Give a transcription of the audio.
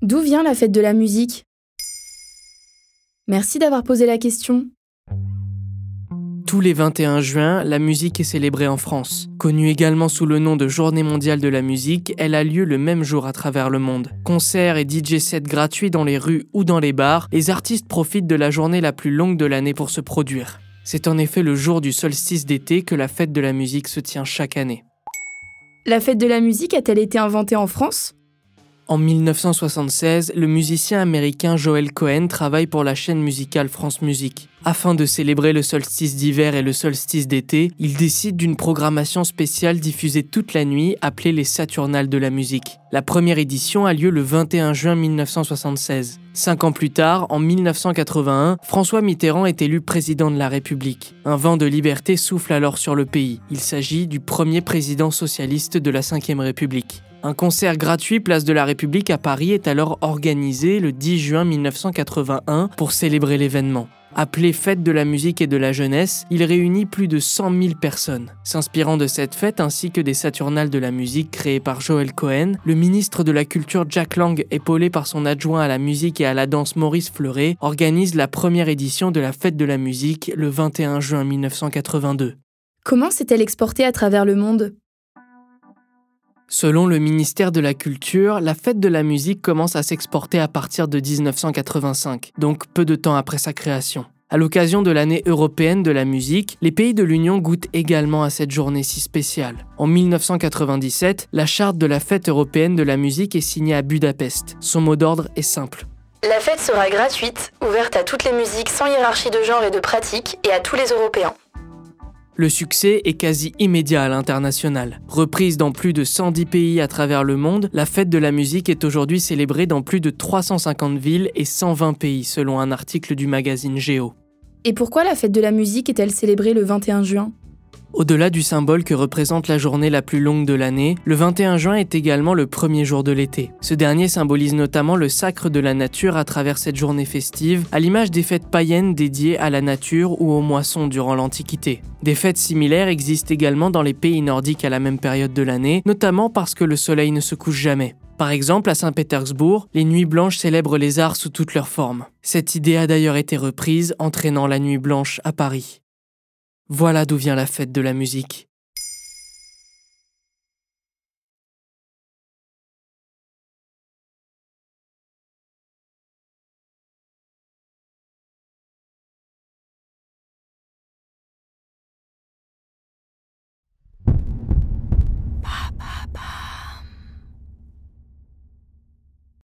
D'où vient la fête de la musique ? Merci d'avoir posé la question. Tous les 21 juin, la musique est célébrée en France. Connue également sous le nom de Journée mondiale de la musique, elle a lieu le même jour à travers le monde. Concerts et DJ sets gratuits dans les rues ou dans les bars, les artistes profitent de la journée la plus longue de l'année pour se produire. C'est en effet le jour du solstice d'été que la fête de la musique se tient chaque année. La fête de la musique a-t-elle été inventée en France ? En 1976, le musicien américain Joel Cohen travaille pour la chaîne musicale France Musique. Afin de célébrer le solstice d'hiver et le solstice d'été, il décide d'une programmation spéciale diffusée toute la nuit appelée les Saturnales de la musique. La première édition a lieu le 21 juin 1976. 5 ans plus tard, en 1981, François Mitterrand est élu président de la République. Un vent de liberté souffle alors sur le pays. Il s'agit du premier président socialiste de la Ve République. Un concert gratuit place de la République à Paris est alors organisé le 10 juin 1981 pour célébrer l'événement. Appelé Fête de la musique et de la jeunesse, il réunit plus de 100 000 personnes. S'inspirant de cette fête ainsi que des Saturnales de la musique créées par Joel Cohen, le ministre de la Culture Jack Lang, épaulé par son adjoint à la musique et à la danse Maurice Fleuret, organise la première édition de la Fête de la musique le 21 juin 1982. Comment s'est-elle exportée à travers le monde ? Selon le ministère de la Culture, la fête de la musique commence à s'exporter à partir de 1985, donc peu de temps après sa création. À l'occasion de l'année européenne de la musique, les pays de l'Union goûtent également à cette journée si spéciale. En 1997, la charte de la fête européenne de la musique est signée à Budapest. Son mot d'ordre est simple. La fête sera gratuite, ouverte à toutes les musiques sans hiérarchie de genre et de pratique et à tous les Européens. Le succès est quasi immédiat à l'international. Reprise dans plus de 110 pays à travers le monde, la fête de la musique est aujourd'hui célébrée dans plus de 350 villes et 120 pays, selon un article du magazine Géo. Et pourquoi la fête de la musique est-elle célébrée le 21 juin ? Au-delà du symbole que représente la journée la plus longue de l'année, le 21 juin est également le premier jour de l'été. Ce dernier symbolise notamment le sacre de la nature à travers cette journée festive, à l'image des fêtes païennes dédiées à la nature ou aux moissons durant l'Antiquité. Des fêtes similaires existent également dans les pays nordiques à la même période de l'année, notamment parce que le soleil ne se couche jamais. Par exemple, à Saint-Pétersbourg, les Nuits Blanches célèbrent les arts sous toutes leurs formes. Cette idée a d'ailleurs été reprise, entraînant la Nuit Blanche à Paris. Voilà d'où vient la fête de la musique.